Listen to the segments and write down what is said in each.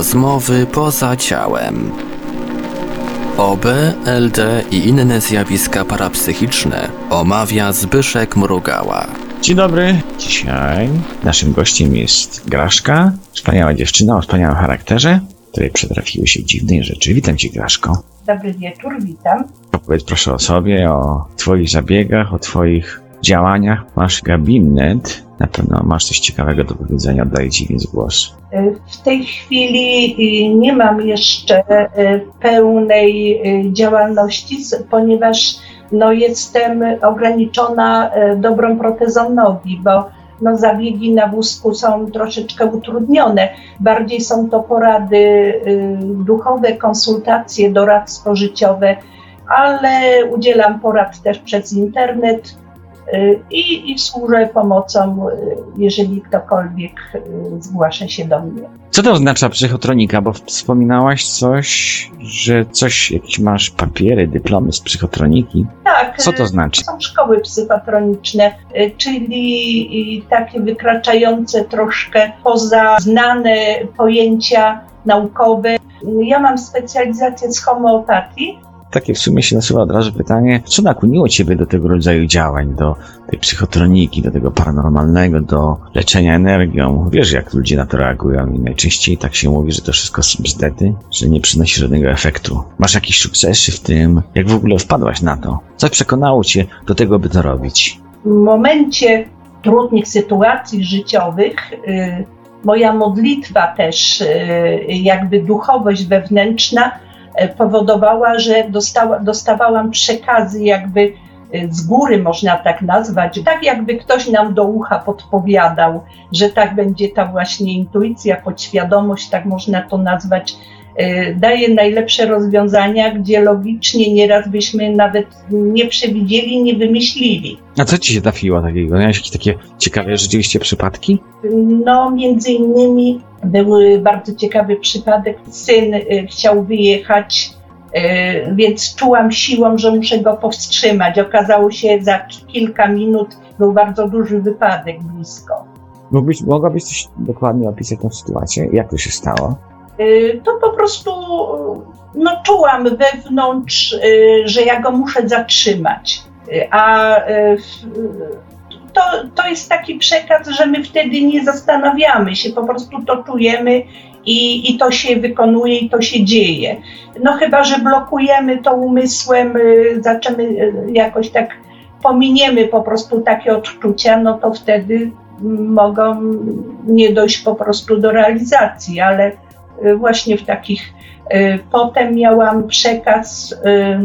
Rozmowy poza ciałem. OB, LD i inne zjawiska parapsychiczne omawia Zbyszek Mrugała. Dzień dobry. Dzisiaj naszym gościem jest Graszka, wspaniała dziewczyna o wspaniałym charakterze, której przytrafiły się dziwne rzeczy. Witam cię, Graszko. Dobry wieczór, witam. Opowiedz proszę o sobie, o twoich zabiegach, o twoich działaniach. Masz gabinet, na pewno masz coś ciekawego do powiedzenia, oddaję ci więc głos. W tej chwili nie mam jeszcze pełnej działalności, ponieważ jestem ograniczona dobrą protezą nogi, bo zabiegi na wózku są troszeczkę utrudnione. Bardziej są to porady duchowe, konsultacje, doradztwo życiowe, ale udzielam porad też przez internet i służę pomocą, jeżeli ktokolwiek zgłasza się do mnie. Co to oznacza psychotronika? Bo wspominałaś jakieś masz papiery, dyplomy z psychotroniki. Tak. Co to znaczy? Są szkoły psychotroniczne, czyli takie wykraczające troszkę poza znane pojęcia naukowe. Ja mam specjalizację z homeopatii. Takie w sumie się nasuwa od razu pytanie, co nakłoniło ciebie do tego rodzaju działań, do tej psychotroniki, do tego paranormalnego, do leczenia energią? Wiesz, jak ludzie na to reagują i najczęściej tak się mówi, że to wszystko są bzdety, że nie przynosi żadnego efektu. Masz jakieś sukcesy w tym? Jak w ogóle wpadłaś na to? Co przekonało cię do tego, by to robić? W momencie trudnych sytuacji życiowych moja modlitwa też, jakby duchowość wewnętrzna powodowała, że dostawałam przekazy jakby z góry, można tak nazwać, tak jakby ktoś nam do ucha podpowiadał, że tak będzie ta właśnie intuicja, podświadomość, tak można to nazwać, daje najlepsze rozwiązania, gdzie logicznie nieraz byśmy nawet nie przewidzieli, nie wymyślili. A co ci się trafiło takiego? Miałeś jakieś takie ciekawe rzeczywiście przypadki? Między innymi był bardzo ciekawy przypadek. Syn chciał wyjechać, więc czułam siłą, że muszę go powstrzymać. Okazało się, za kilka minut był bardzo duży wypadek blisko. Mogłabyś coś dokładnie opisać tę sytuację? Jak to się stało? To po prostu czułam wewnątrz, że ja go muszę zatrzymać. A to jest taki przekaz, że my wtedy nie zastanawiamy się, po prostu to czujemy i to się wykonuje i to się dzieje. Chyba że blokujemy to umysłem, zaczniemy jakoś tak, pominiemy po prostu takie odczucia, to wtedy mogą nie dojść po prostu do realizacji, ale właśnie w takich. Potem miałam przekaz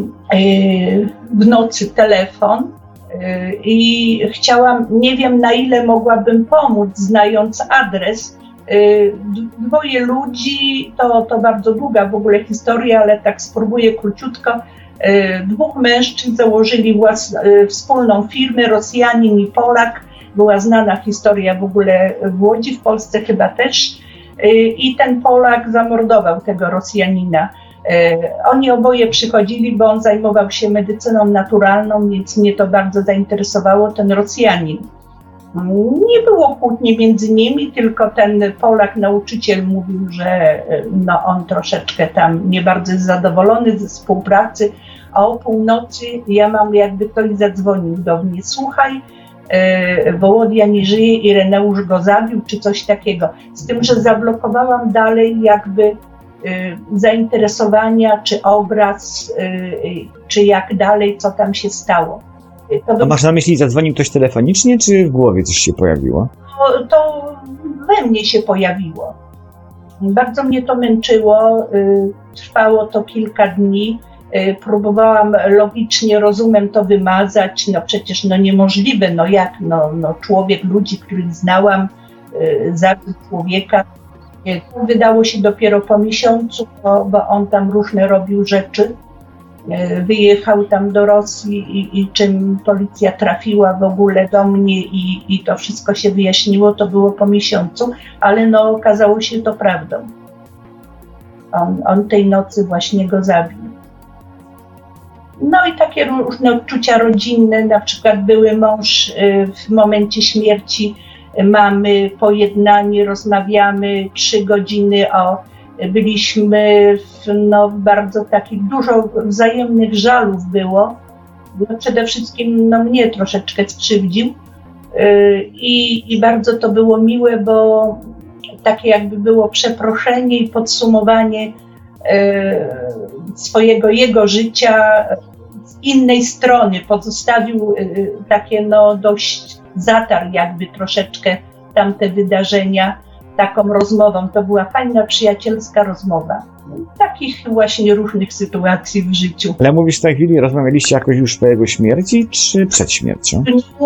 w nocy, telefon i chciałam, nie wiem na ile mogłabym pomóc, znając adres. Dwoje ludzi, to bardzo długa w ogóle historia, ale tak spróbuję króciutko. Dwóch mężczyzn założyli wspólną firmę, Rosjanin i Polak. Była znana historia w ogóle w Łodzi, w Polsce chyba też. I ten Polak zamordował tego Rosjanina. Oni oboje przychodzili, bo on zajmował się medycyną naturalną, więc mnie to bardzo zainteresowało, ten Rosjanin. Nie było kłótni między nimi, tylko ten Polak, nauczyciel, mówił, że on troszeczkę tam nie bardzo jest zadowolony ze współpracy, a o północy ja mam, jakby ktoś zadzwonił do mnie: słuchaj, Wołodia nie żyje, Ireneusz go zabił, czy coś takiego. Z tym, że zablokowałam dalej jakby zainteresowania, czy obraz, czy jak dalej, co tam się stało. A masz na myśli, zadzwonił ktoś telefonicznie, czy w głowie coś się pojawiło? To we mnie się pojawiło. Bardzo mnie to męczyło, trwało to kilka dni. Próbowałam logicznie, rozumem to wymazać, przecież niemożliwe, jak, człowiek, ludzi, których znałam, zabił człowieka. To wydało się dopiero po miesiącu, bo on tam różne robił rzeczy. Wyjechał tam do Rosji i czym policja trafiła w ogóle do mnie i to wszystko się wyjaśniło, to było po miesiącu, ale okazało się to prawdą. On tej nocy właśnie go zabił. I takie różne odczucia rodzinne, na przykład były mąż w momencie śmierci mamy pojednanie, rozmawiamy 3 godziny o Byliśmy w bardzo takich, dużo wzajemnych żalów było. No przede wszystkim mnie troszeczkę skrzywdził i bardzo to było miłe, bo takie jakby było przeproszenie i podsumowanie jego życia z innej strony. Pozostawił takie dość zatarł jakby troszeczkę tamte wydarzenia taką rozmową. To była fajna, przyjacielska rozmowa. Takich właśnie różnych sytuacji w życiu. Ale mówisz, w tej chwili rozmawialiście jakoś już po jego śmierci, czy przed śmiercią?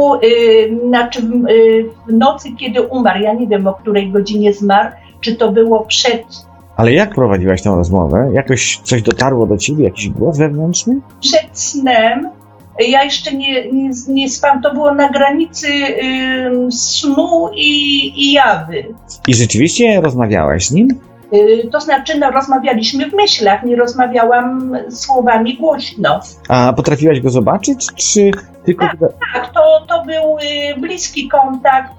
W nocy, kiedy umarł, ja nie wiem, o której godzinie zmarł, czy to było przed Ale jak prowadziłaś tę rozmowę? Jakoś coś dotarło do ciebie? Jakiś głos wewnętrzny? snem. Ja jeszcze nie spałam, to było na granicy snu i jawy. I rzeczywiście rozmawiałaś z nim? To znaczy, rozmawialiśmy w myślach, nie rozmawiałam słowami głośno. A potrafiłaś go zobaczyć, czy tylko... Tak, to był bliski kontakt.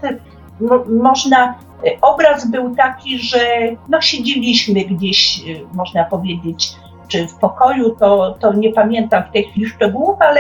Obraz był taki, że siedzieliśmy gdzieś, można powiedzieć, czy w pokoju, to nie pamiętam w tej chwili szczegółów, ale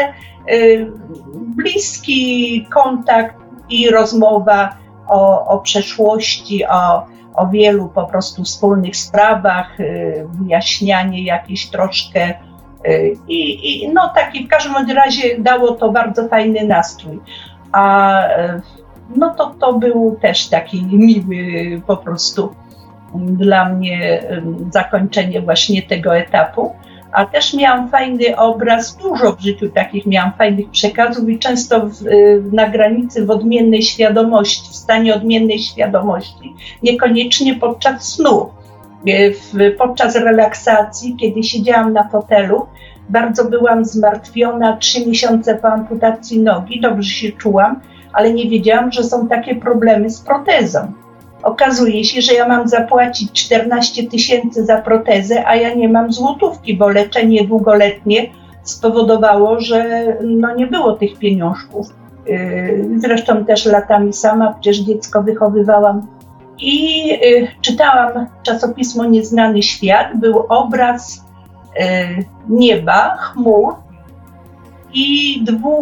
bliski kontakt i rozmowa o przeszłości, o wielu po prostu wspólnych sprawach, wyjaśnianie jakieś troszkę taki w każdym razie dało to bardzo fajny nastrój. A to był też taki miły po prostu dla mnie zakończenie właśnie tego etapu. A też miałam fajny obraz, dużo w życiu takich miałam fajnych przekazów i często na granicy w odmiennej świadomości, w stanie odmiennej świadomości, niekoniecznie podczas snu. Podczas relaksacji, kiedy siedziałam na fotelu, bardzo byłam zmartwiona, 3 miesiące po amputacji nogi, dobrze się czułam, ale nie wiedziałam, że są takie problemy z protezą. Okazuje się, że ja mam zapłacić 14 000 za protezę, a ja nie mam złotówki, bo leczenie długoletnie spowodowało, że nie było tych pieniążków. Zresztą też latami sama, przecież dziecko wychowywałam. I czytałam czasopismo Nieznany Świat, był obraz nieba, chmur i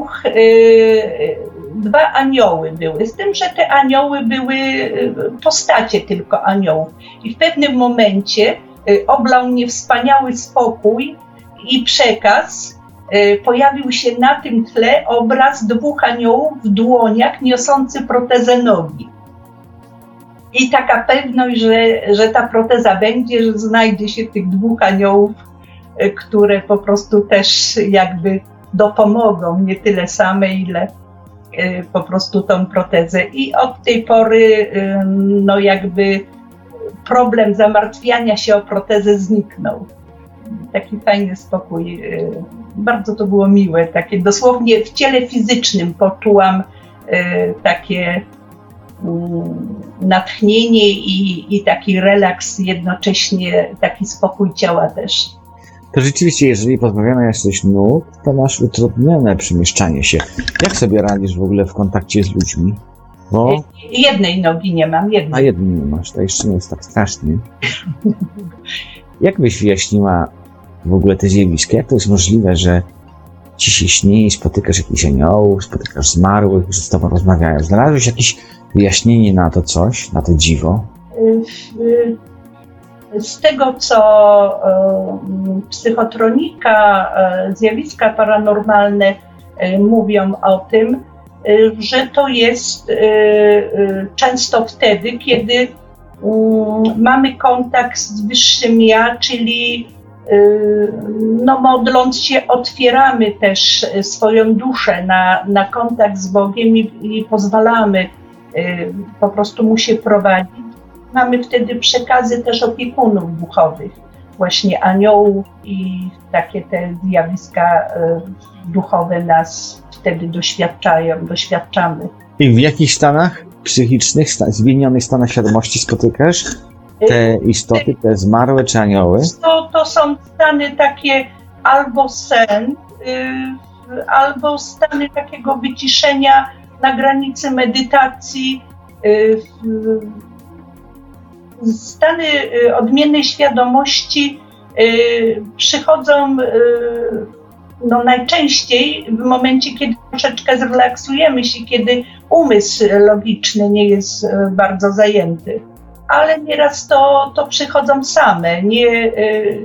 dwa anioły były, z tym, że te anioły były postacie tylko aniołów. I w pewnym momencie oblał mnie wspaniały spokój i przekaz. Pojawił się na tym tle obraz 2 aniołów w dłoniach niosący protezę nogi. I taka pewność, że ta proteza będzie, że znajdzie się tych 2 aniołów, które po prostu też jakby dopomogą, nie tyle same, ile po prostu tą protezę. I od tej pory jakby problem zamartwiania się o protezę zniknął. Taki fajny spokój. Bardzo to było miłe. Takie dosłownie w ciele fizycznym poczułam takie natchnienie i taki relaks, jednocześnie taki spokój ciała też. To rzeczywiście, jeżeli pozbawiona jesteś nóg, to masz utrudnione przemieszczanie się. Jak sobie radzisz w ogóle w kontakcie z ludźmi? Bo... Jednej nogi nie mam, A jednej nie masz, to jeszcze nie jest tak strasznie. Jak byś wyjaśniła w ogóle te zjawiska? Jak to jest możliwe, że ci się śni, spotykasz jakichś aniołów, spotykasz zmarłych, że z tobą rozmawiają? Znalazłeś jakieś wyjaśnienie na to coś, na to dziwo? Z tego, co psychotronika, zjawiska paranormalne mówią o tym, że to jest często wtedy, kiedy mamy kontakt z wyższym ja, czyli modląc się otwieramy też swoją duszę na kontakt z Bogiem i pozwalamy po prostu mu się prowadzić. Mamy wtedy przekazy też opiekunów duchowych, właśnie aniołów i takie te zjawiska duchowe nas wtedy doświadczamy. I w jakich stanach psychicznych, zmienionych stanach świadomości spotykasz te istoty, te zmarłe czy anioły? To są stany takie albo sen, albo stany takiego wyciszenia na granicy medytacji. stany odmiennej świadomości przychodzą najczęściej w momencie, kiedy troszeczkę zrelaksujemy się, kiedy umysł logiczny nie jest bardzo zajęty. Ale nieraz to przychodzą same, nie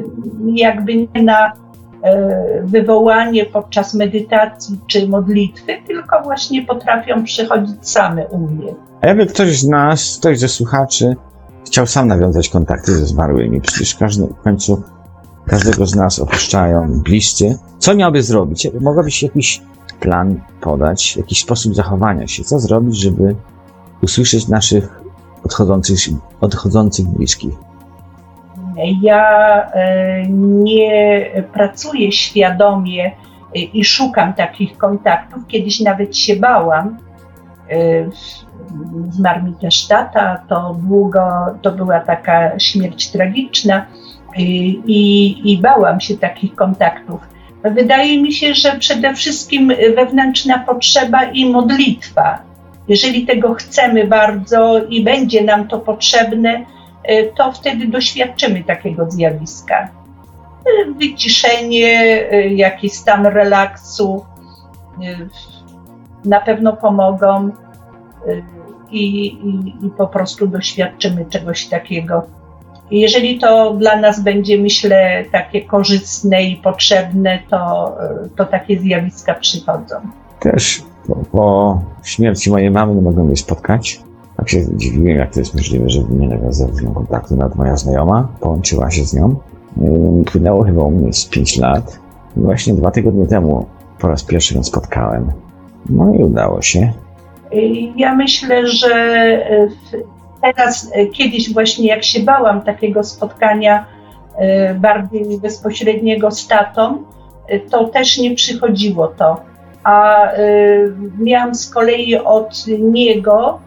na wywołanie podczas medytacji czy modlitwy, tylko właśnie potrafią przychodzić same u mnie. A jakby ktoś ze słuchaczy chciał sam nawiązać kontakty ze zmarłymi, przecież w końcu każdego z nas opuszczają bliscy. Co miałby zrobić? Mogłabyś jakiś plan podać, jakiś sposób zachowania się? Co zrobić, żeby usłyszeć naszych odchodzących bliskich? Ja nie pracuję świadomie i szukam takich kontaktów. Kiedyś nawet się bałam. Zmarł mi też tata, to była taka śmierć tragiczna i bałam się takich kontaktów. Wydaje mi się, że przede wszystkim wewnętrzna potrzeba i modlitwa. Jeżeli tego chcemy bardzo i będzie nam to potrzebne, to wtedy doświadczymy takiego zjawiska. Wyciszenie, jakiś stan relaksu na pewno pomogą i po prostu doświadczymy czegoś takiego. Jeżeli to dla nas będzie, myślę, takie korzystne i potrzebne, to takie zjawiska przychodzą. Też po śmierci mojej mamy nie mogłem jej spotkać. Tak się dziwiłem, jak to jest możliwe, że nie nawiązał z nią kontaktu. Nawet moja znajoma połączyła się z nią. Minęło chyba u mnie z 5 lat. I właśnie 2 tygodnie temu po raz pierwszy ją spotkałem. No i udało się. Ja myślę, że teraz, kiedyś właśnie jak się bałam takiego spotkania bardziej bezpośredniego z tatą, to też nie przychodziło to. A miałam z kolei od niego,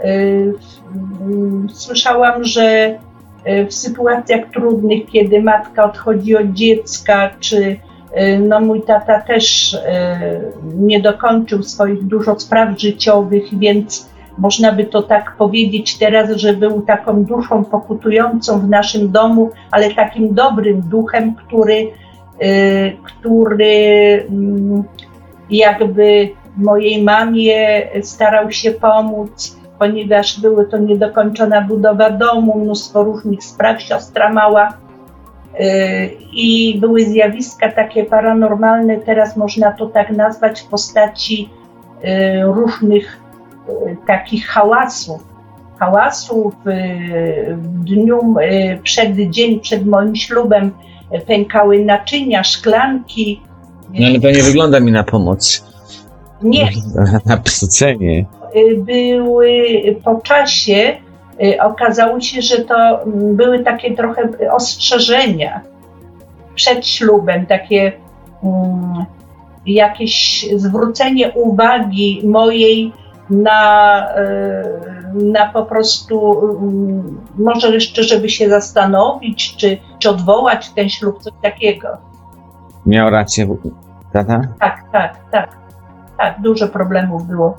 słyszałam, że w sytuacjach trudnych, kiedy matka odchodzi od dziecka, czy mój tata też nie dokończył swoich dużo spraw życiowych, więc można by to tak powiedzieć teraz, że był taką duszą pokutującą w naszym domu, ale takim dobrym duchem, który jakby mojej mamie starał się pomóc, ponieważ były to niedokończona budowa domu, mnóstwo różnych spraw, siostra mała i były zjawiska takie paranormalne, teraz można to tak nazwać, w postaci różnych takich hałasów w dniu, dzień przed moim ślubem pękały naczynia, szklanki. No ale to nie wygląda mi na pomoc. Nie. Na psucenie. Były po czasie, okazało się, że to były takie trochę ostrzeżenia przed ślubem, takie jakieś zwrócenie uwagi mojej na po prostu, może jeszcze, żeby się zastanowić, czy odwołać ten ślub, coś takiego. Miał rację tata? Tak, dużo problemów było.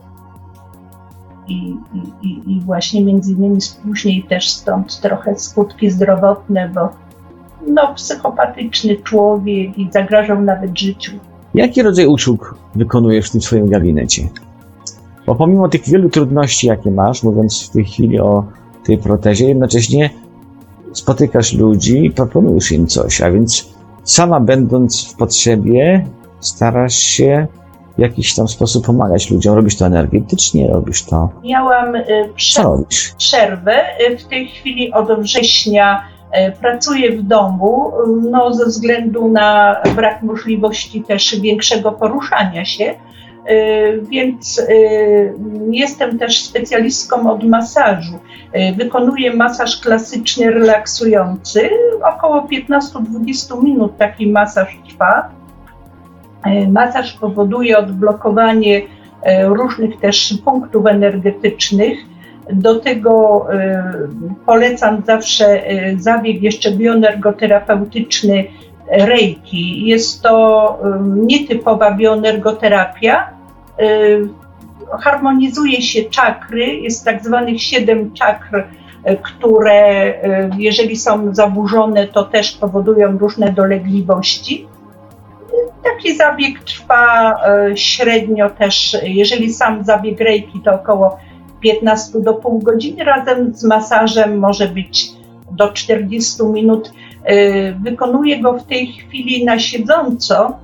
I właśnie między innymi później też stąd trochę skutki zdrowotne, bo psychopatyczny człowiek i zagrażał nawet życiu. Jaki rodzaj usług wykonujesz w tym swoim gabinecie? Bo pomimo tych wielu trudności, jakie masz, mówiąc w tej chwili o tej protezie, jednocześnie spotykasz ludzi i proponujesz im coś, a więc sama będąc w potrzebie, starasz się w jakiś tam sposób pomagać ludziom. Robisz to energetycznie, robisz to... Miałam przerwę. W tej chwili od września pracuję w domu, ze względu na brak możliwości też większego poruszania się, więc jestem też specjalistką od masażu. Wykonuję masaż klasyczny, relaksujący. Około 15-20 minut taki masaż trwa. Masaż powoduje odblokowanie różnych też punktów energetycznych. Do tego polecam zawsze zabieg jeszcze bioenergoterapeutyczny Reiki. Jest to nietypowa bioenergoterapia. Harmonizuje się czakry, jest tak zwanych 7 czakr które jeżeli są zaburzone, to też powodują różne dolegliwości. Taki zabieg trwa średnio też, jeżeli sam zabieg Reiki, to około 15 do pół godziny, razem z masażem może być do 40 minut. Wykonuję go w tej chwili na siedząco.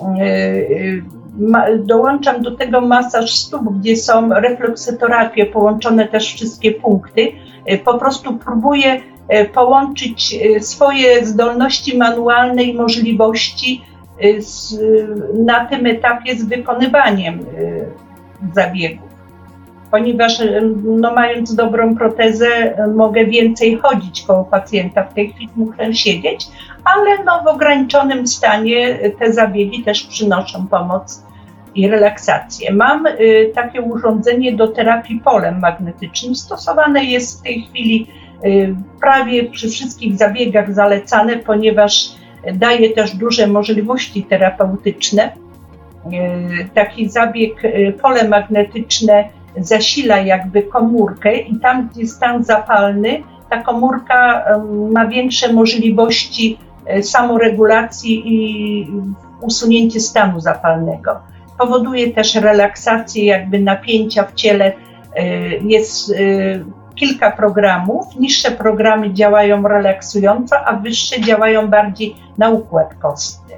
Dołączam do tego masaż stóp, gdzie są refleksoterapie, połączone też wszystkie punkty. Po prostu próbuję połączyć swoje zdolności manualne i możliwości na tym etapie z wykonywaniem zabiegów. Ponieważ mając dobrą protezę, mogę więcej chodzić koło pacjenta, w tej chwili muszę siedzieć, ale w ograniczonym stanie te zabiegi też przynoszą pomoc i relaksację. Mam takie urządzenie do terapii polem magnetycznym. Stosowane jest w tej chwili prawie przy wszystkich zabiegach zalecane, ponieważ daje też duże możliwości terapeutyczne. Taki zabieg pole magnetyczne zasila jakby komórkę i tam, gdzie jest stan zapalny, ta komórka ma większe możliwości samoregulacji i usunięcia stanu zapalnego. Powoduje też relaksację jakby napięcia w ciele. Jest kilka programów. Niższe programy działają relaksująco, a wyższe działają bardziej na układ kostny.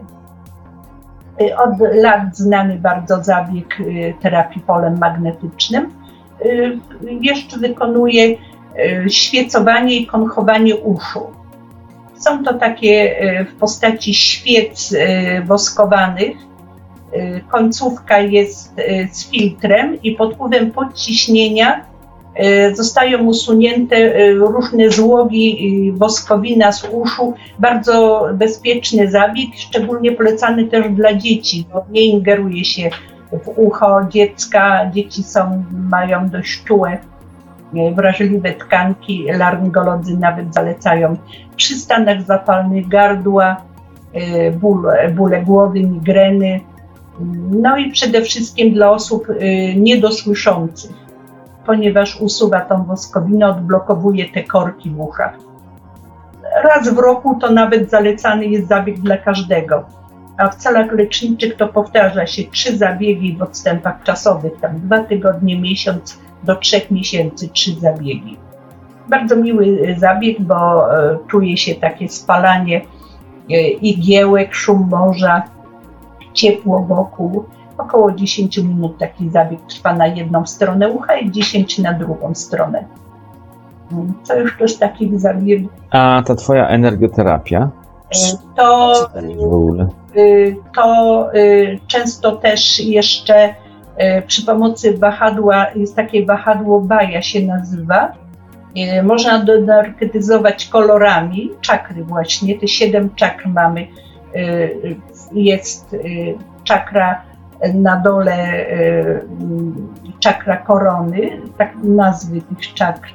Od lat znany bardzo zabieg terapii polem magnetycznym. Jeszcze wykonuje świecowanie i konchowanie uszu. Są to takie w postaci świec woskowanych. Końcówka jest z filtrem i pod wpływem podciśnienia zostają usunięte różne złogi, woskowina z uszu. Bardzo bezpieczny zabieg, szczególnie polecany też dla dzieci, bo nie ingeruje się w ucho dziecka. Dzieci mają dość czułe, wrażliwe tkanki. Laryngolodzy nawet zalecają przy stanach zapalnych gardła, bóle głowy, migreny. I przede wszystkim dla osób niedosłyszących, ponieważ usuwa tą woskowinę, odblokowuje te korki w uszach. Raz w roku to nawet zalecany jest zabieg dla każdego, a w celach leczniczych to powtarza się 3 zabiegi w odstępach czasowych, tam 2 tygodnie, miesiąc do 3 miesięcy, 3 zabiegi. Bardzo miły zabieg, bo czuje się takie spalanie igiełek, szum morza, ciepło wokół. Około 10 minut taki zabieg trwa na jedną stronę ucha i 10 na drugą stronę. Co już z takich zabiegów? A ta twoja energoterapia? To W ogóle? Często też jeszcze przy pomocy wahadła, jest takie wahadło Baja się nazywa. Można doenergetyzować kolorami czakry właśnie, te 7 czakr mamy. Jest czakra na dole, czakra korony, tak nazwy tych czakr,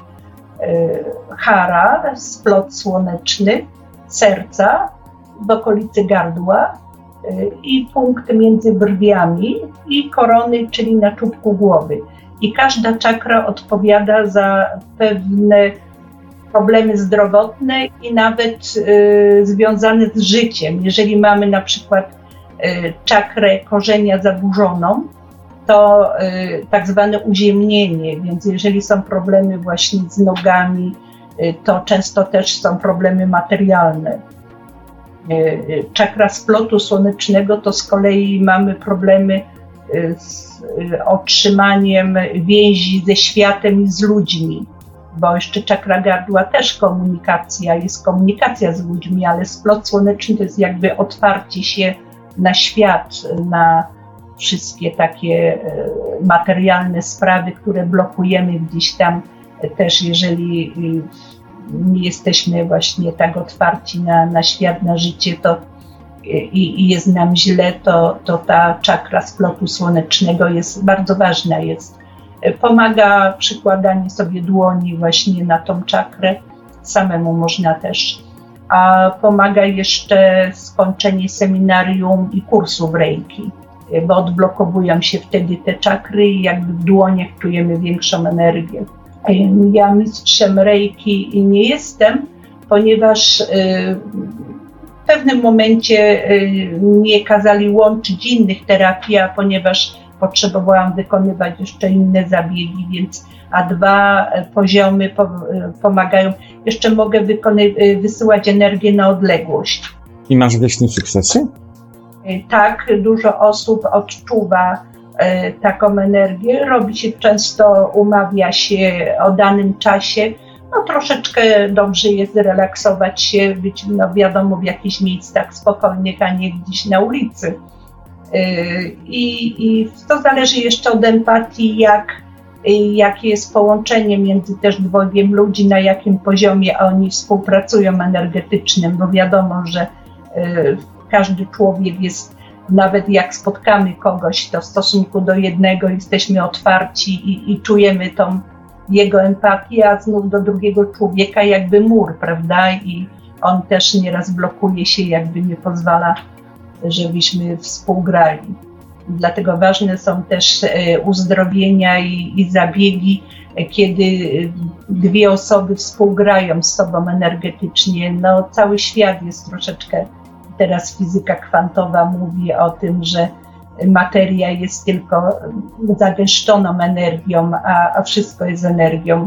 hara, splot słoneczny, serca w okolicy gardła i punkt między brwiami i korony, czyli na czubku głowy. I każda czakra odpowiada za pewne problemy zdrowotne i nawet związane z życiem. Jeżeli mamy na przykład czakrę korzenia zaburzoną, to tak zwane uziemnienie, więc jeżeli są problemy właśnie z nogami, to często też są problemy materialne. Czakra splotu słonecznego to z kolei mamy problemy z otrzymaniem więzi ze światem i z ludźmi, bo jeszcze czakra gardła też jest komunikacja z ludźmi, ale splot słoneczny to jest jakby otwarcie się na świat, na wszystkie takie materialne sprawy, które blokujemy gdzieś tam też, jeżeli nie jesteśmy właśnie tak otwarci na świat, na życie, to i jest nam źle, to ta czakra splotu słonecznego jest bardzo ważna. Pomaga przykładanie sobie dłoni właśnie na tą czakrę, samemu można też. A pomaga jeszcze skończenie seminarium i kursów Reiki, bo odblokowują się wtedy te czakry i jakby w dłoniach czujemy większą energię. Ja mistrzem reiki nie jestem, ponieważ w pewnym momencie nie kazali łączyć innych terapii, a ponieważ potrzebowałam wykonywać jeszcze inne zabiegi, więc A2 poziomy pomagają. Jeszcze mogę wysyłać energię na odległość. I masz jakieś w tym sukcesy? Tak, dużo osób odczuwa taką energię. Robi się często, umawia się o danym czasie. No troszeczkę dobrze jest relaksować się, być wiadomo w jakichś miejscach spokojnych, a nie gdzieś na ulicy. I to zależy jeszcze od empatii, jakie jest połączenie między też dwojgiem ludzi, na jakim poziomie oni współpracują energetycznym, bo wiadomo, że każdy człowiek jest, nawet jak spotkamy kogoś, to w stosunku do jednego jesteśmy otwarci i czujemy tą jego empatię, a znów do drugiego człowieka jakby mur, prawda? I on też nieraz blokuje się, jakby nie pozwala, żebyśmy współgrali. Dlatego ważne są też uzdrowienia i zabiegi, kiedy dwie osoby współgrają z sobą energetycznie. No, cały świat jest troszeczkę, teraz fizyka kwantowa mówi o tym, że materia jest tylko zagęszczoną energią, a wszystko jest energią.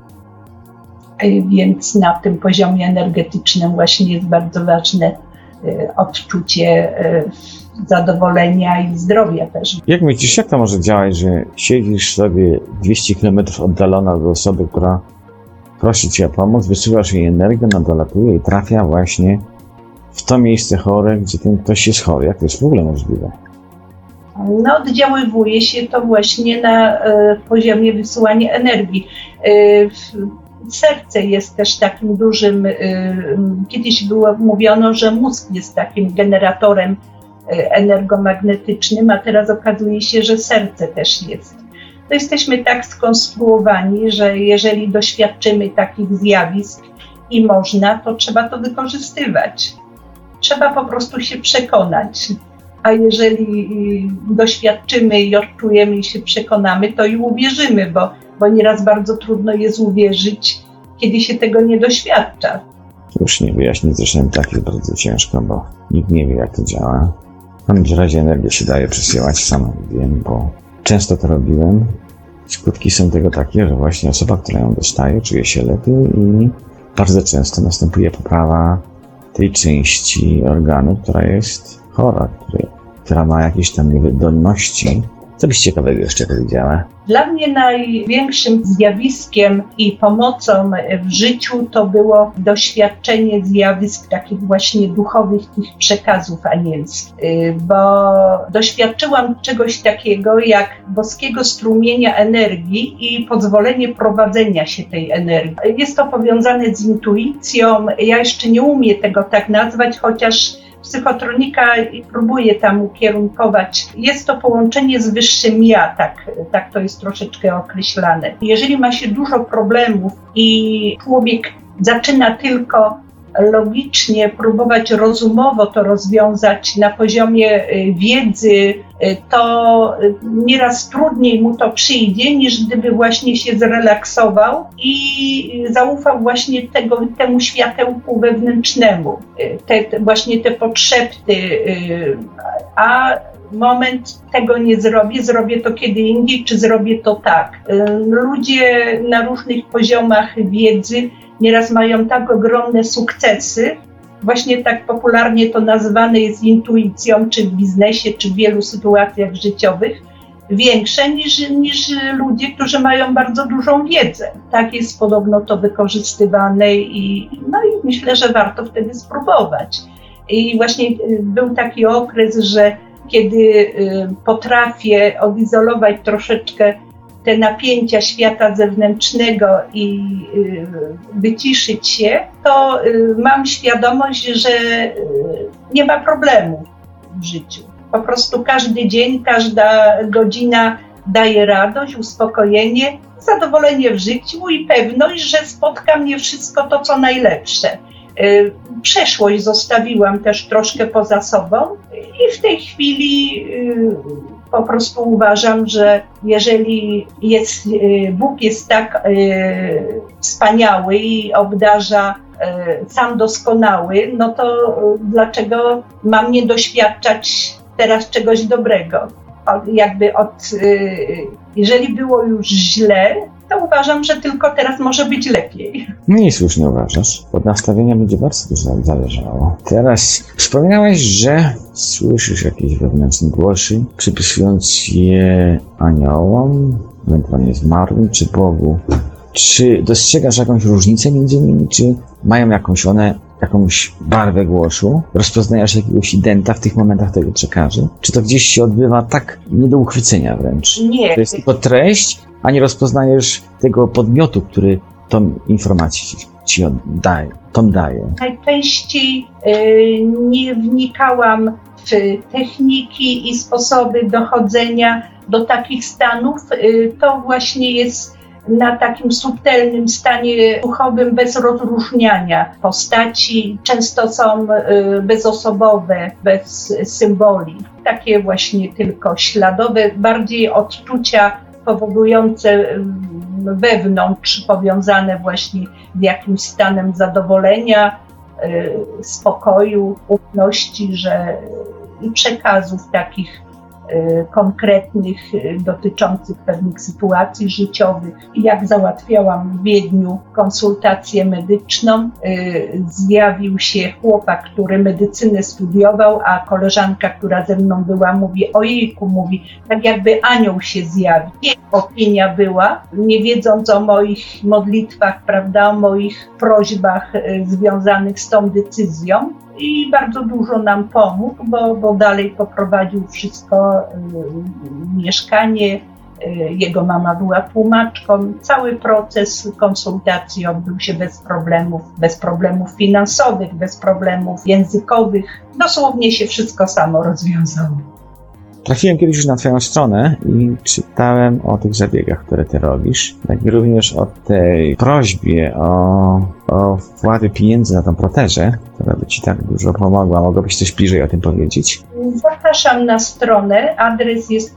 Więc na tym poziomie energetycznym właśnie jest bardzo ważne odczucie zadowolenia i zdrowia też. Jak myślisz, jak to może działać, że siedzisz sobie 200 km oddalona od osoby, która prosi cię o pomoc, wysyłasz jej energię, ona dolatuje i trafia właśnie w to miejsce chore, gdzie ten ktoś jest chory. Jak to jest w ogóle możliwe? No, oddziaływuje się to właśnie na poziomie wysyłania energii. Serce jest też takim dużym, kiedyś mówiono, że mózg jest takim generatorem energomagnetycznym, a teraz okazuje się, że serce też jest. To jesteśmy tak skonstruowani, że jeżeli doświadczymy takich zjawisk i można, to trzeba to wykorzystywać. Trzeba po prostu się przekonać. A jeżeli doświadczymy i odczujemy i się przekonamy, to i uwierzymy, bo nieraz bardzo trudno jest uwierzyć, kiedy się tego nie doświadcza. Już nie wyjaśnić, zresztą tak jest bardzo ciężko, bo nikt nie wie, jak to działa. W każdym razie energię się daje przesyłać, sam wiem, bo często to robiłem. Skutki są tego takie, że właśnie osoba, która ją dostaje, czuje się lepiej i bardzo często następuje poprawa tej części organu, która jest chora, która ma jakieś tam niewydolności. Co byś ciekawego jeszcze powiedziała? Dla mnie największym zjawiskiem i pomocą w życiu to było doświadczenie zjawisk takich właśnie duchowych, tych przekazów anielskich, bo doświadczyłam czegoś takiego jak boskiego strumienia energii i pozwolenie prowadzenia się tej energii. Jest to powiązane z intuicją, ja jeszcze nie umiem tego tak nazwać, chociaż psychotronika próbuje tam ukierunkować. Jest to połączenie z wyższym ja, tak to jest troszeczkę określane. Jeżeli ma się dużo problemów i człowiek zaczyna tylko logicznie próbować rozumowo to rozwiązać na poziomie wiedzy, to nieraz trudniej mu to przyjdzie, niż gdyby właśnie się zrelaksował i zaufał właśnie temu światełku wewnętrznemu, właśnie te podszepty, a moment tego nie zrobię to kiedy indziej, czy zrobię to tak. Ludzie na różnych poziomach wiedzy nieraz mają tak ogromne sukcesy, właśnie tak popularnie to nazywane jest intuicją, czy w biznesie, czy w wielu sytuacjach życiowych, większe niż ludzie, którzy mają bardzo dużą wiedzę. Tak jest podobno to wykorzystywane i myślę, że warto wtedy spróbować. I właśnie był taki okres, że kiedy potrafię odizolować troszeczkę te napięcia świata zewnętrznego i wyciszyć się, to mam świadomość, że nie ma problemu w życiu. Po prostu każdy dzień, każda godzina daje radość, uspokojenie, zadowolenie w życiu i pewność, że spotka mnie wszystko to, co najlepsze. Przeszłość zostawiłam też troszkę poza sobą i w tej chwili Po prostu uważam, że jeżeli Bóg jest tak wspaniały i obdarza sam doskonały, no to dlaczego mam nie doświadczać teraz czegoś dobrego? Jeżeli było już źle, to uważam, że tylko teraz może być lepiej. No i słusznie uważasz. Od nastawienia będzie bardzo dużo zależało. Teraz wspomniałeś, że słyszysz jakieś wewnętrzne głosy, przypisując je aniołom, ewentualnie zmarłym, czy Bogu. Czy dostrzegasz jakąś różnicę między nimi, czy mają jakąś barwę głosu? Rozpoznajesz jakiegoś identa w tych momentach tego przekazu? Czy to gdzieś się odbywa tak nie do uchwycenia wręcz? Nie. To jest tylko treść, a nie rozpoznajesz tego podmiotu, który tą informację ci daje. Najczęściej nie wnikałam w techniki i sposoby dochodzenia do takich stanów. To właśnie jest na takim subtelnym stanie duchowym bez rozróżniania postaci. Często są bezosobowe, bez symboli. Takie właśnie tylko śladowe, bardziej odczucia powodujące wewnątrz, powiązane właśnie z jakimś stanem zadowolenia, spokoju, ufności, i przekazów takich konkretnych, dotyczących pewnych sytuacji życiowych. Jak załatwiałam w Wiedniu konsultację medyczną, zjawił się chłopak, który medycynę studiował, a koleżanka, która ze mną była, mówi: ojejku, mówi, tak jakby anioł się zjawił. Jej opinia była, nie wiedząc o moich modlitwach, prawda, o moich prośbach związanych z tą decyzją. I bardzo dużo nam pomógł, bo dalej poprowadził wszystko, mieszkanie, jego mama była tłumaczką. Cały proces konsultacji odbył się bez problemów finansowych, bez problemów językowych. Dosłownie się wszystko samo rozwiązało. Trafiłem kiedyś już na twoją stronę i czytałem o tych zabiegach, które ty robisz, jak i również o tej prośbie o wpłatę pieniędzy na tą protezę, która by ci tak dużo pomogła. Mogłabyś coś bliżej o tym powiedzieć? Zapraszam na stronę. Adres jest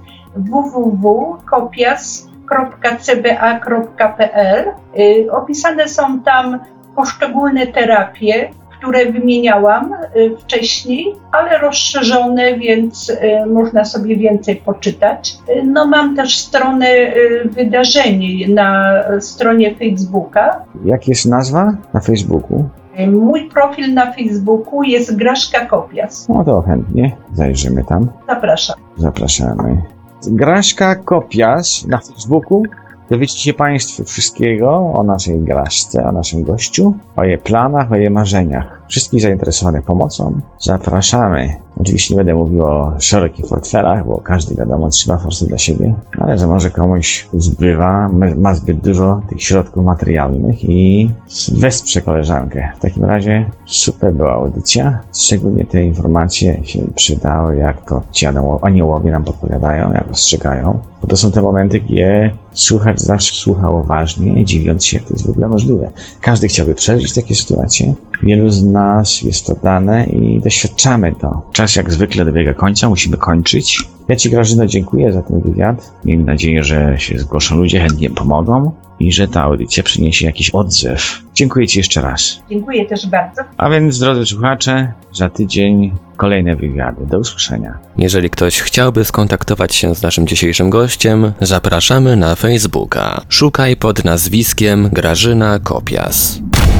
www.kopias.cba.pl. Opisane są tam poszczególne terapie, które wymieniałam wcześniej, ale rozszerzone, więc można sobie więcej poczytać. No, mam też stronę wydarzeń na stronie Facebooka. Jak jest nazwa na Facebooku? Mój profil na Facebooku jest Graszka Kopias. No to chętnie zajrzymy tam. Zapraszam. Zapraszamy. Graszka Kopias na Facebooku. Dowiecie się Państwo wszystkiego o naszej Graszce, o naszym gościu, o jej planach, o jej marzeniach. Wszystkich zainteresowanych pomocą zapraszamy. Oczywiście nie będę mówił o szerokich portfelach, bo każdy, wiadomo, trzyma forsy dla siebie, ale że może komuś ma zbyt dużo tych środków materialnych i wesprze koleżankę. W takim razie super była audycja. Szczególnie te informacje się przydały, jak to ci aniołowie nam podpowiadają, jak ostrzegają. Bo to są te momenty, gdzie słuchacz zawsze słuchał uważnie, dziwiąc się, jak to jest w ogóle możliwe. Każdy chciałby przeżyć takie sytuacje. Wielu z nas jest to dane i doświadczamy to. Czas jak zwykle dobiega końca, musimy kończyć. Ja Ci, Grażyno, dziękuję za ten wywiad. Miejmy nadzieję, że się zgłoszą ludzie, chętnie pomogą i że ta audycja przyniesie jakiś odzew. Dziękuję Ci jeszcze raz. Dziękuję też bardzo. A więc, drodzy słuchacze, za tydzień kolejne wywiady. Do usłyszenia. Jeżeli ktoś chciałby skontaktować się z naszym dzisiejszym gościem, zapraszamy na Facebooka. Szukaj pod nazwiskiem Grażyna Kopias.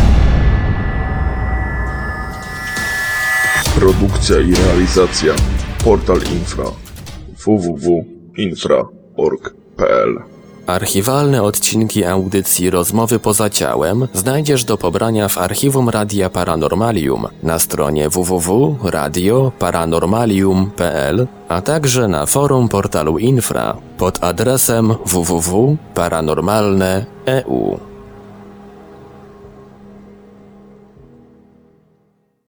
Produkcja i realizacja Portal Infra www.infra.org.pl. Archiwalne odcinki audycji Rozmowy poza ciałem znajdziesz do pobrania w archiwum Radia Paranormalium na stronie www.radioparanormalium.pl, a także na forum portalu Infra pod adresem www.paranormalne.eu.